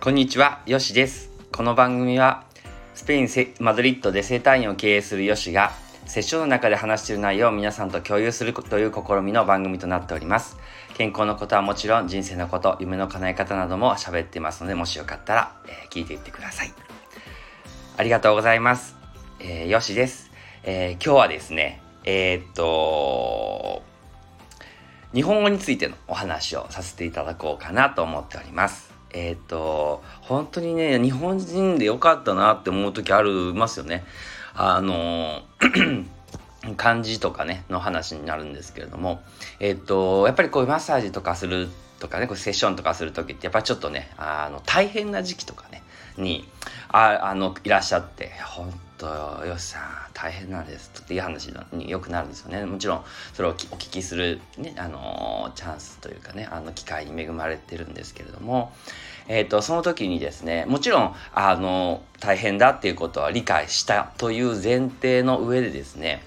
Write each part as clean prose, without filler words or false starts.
こんにちは、よしです。この番組はスペインマドリッドで整体院を経営するよしがセッションの中で話している内容を皆さんと共有するという試みの番組となっております。健康のことはもちろん人生のこと、夢の叶え方なども喋っていますので、もしよかったら、聞いていってください。ありがとうございます。よしです。今日はですね、日本語についてのお話をさせていただこうかなと思っております。本当にね、日本人でよかったなって思う時ありますよね。漢字とかねの話になるんですけれども、やっぱりこういうマッサージとかするとかね、こうセッションとかする時ってやっぱりちょっとね、大変な時期とかねにいらっしゃって、本当よしさん大変なんですっていう話によくなるんですよね。もちろんそれをお聞きするね、チャンスというかね、機会に恵まれてるんですけれども、その時にですね、もちろん大変だっていうことは理解したという前提の上でですね、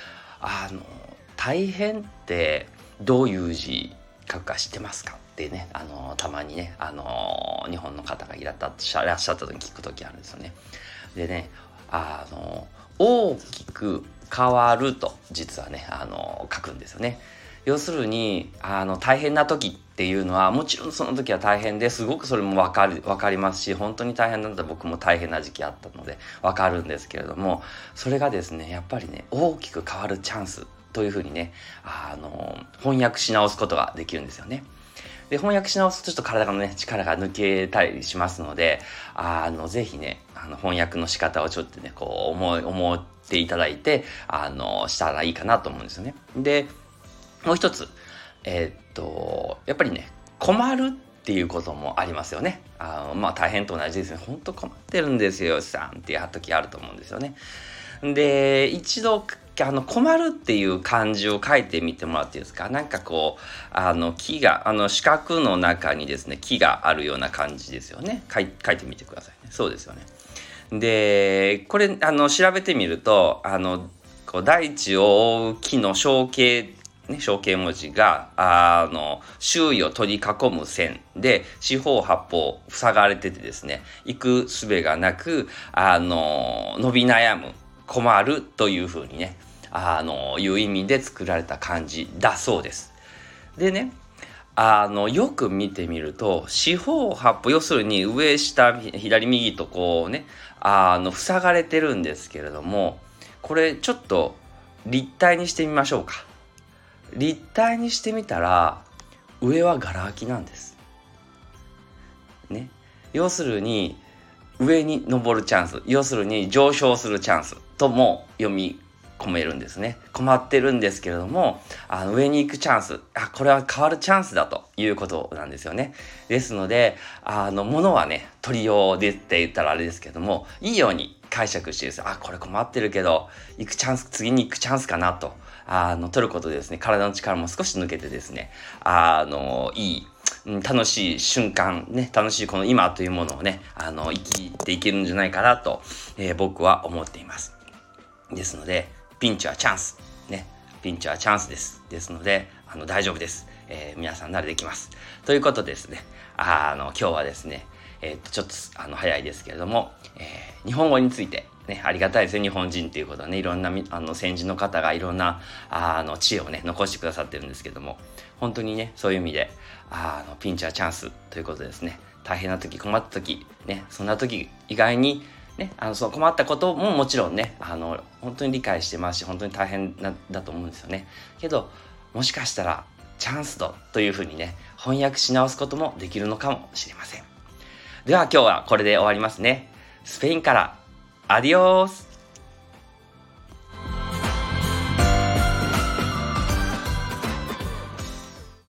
大変ってどういう字書くか知ってますかってね、たまにね、日本の方がいらっしゃった時に聞く時あるんですよね。でね、大きく変わると実はね、書くんですよね。要するに大変な時っていうのはもちろんその時は大変ですごくそれも分かりますし、本当に大変だったら僕も大変な時期あったので分かるんですけれども、それがですねやっぱりね大きく変わるチャンスというふうにね翻訳し直すことができるんですよね。で翻訳し直すとちょっと体のね力が抜けたりしますので、ぜひね翻訳の仕方をちょっとねこう思っていただいてしたらいいかなと思うんですよね。でもう一つやっぱりね困るっていうこともありますよね。大変と同じですね。本当困ってるんですよさんっていう時あると思うんですよね。で一度困るっていう漢字を書いてみてもらっていいですか。なんかこう木が四角の中にですね木があるような感じですよね。書いてみてくださいね。そうですよね。でこれ調べてみるとこう大地を覆う木の象形文字が周囲を取り囲む線で四方八方塞がれててですね、行く術がなく伸び悩む困るというふうにねいう意味で作られた漢字だそうです。でねよく見てみると四方八方、要するに上下左右とこうね塞がれてるんですけれども、これちょっと立体にしてみましょうか。立体にしてみたら上はガラ空きなんですね。要するに上に登るチャンス、要するに上昇するチャンスとも読み込めるんですね。困ってるんですけれども上に行くチャンス、これは変わるチャンスだということなんですよね。ですので物はね取りようでって言ったらあれですけども、いいように解釈してですね、これ困ってるけど行くチャンス、次に行くチャンスかなと取ることでですね、体の力も少し抜けてですねいい楽しい瞬間ね、楽しいこの今というものをね生きていけるんじゃないかなと、僕は思っています。ですのでピンチはチャンスね、ピンチはチャンスですので大丈夫です。皆さん慣れてきますということですね。今日はですねちょっと早いですけれども、日本語についてね、ありがたいですよ。日本人っていうことはね、いろんな先人の方がいろんな知恵をね残してくださってるんですけども、本当にねそういう意味でピンチはチャンスということですね。大変な時、困った時ね、そんな時以外にねその困ったことももちろんね本当に理解してますし、本当に大変だと思うんですよね。けどもしかしたらチャンスというふうにね翻訳し直すこともできるのかもしれません。では今日はこれで終わりますね。スペインからアディオース。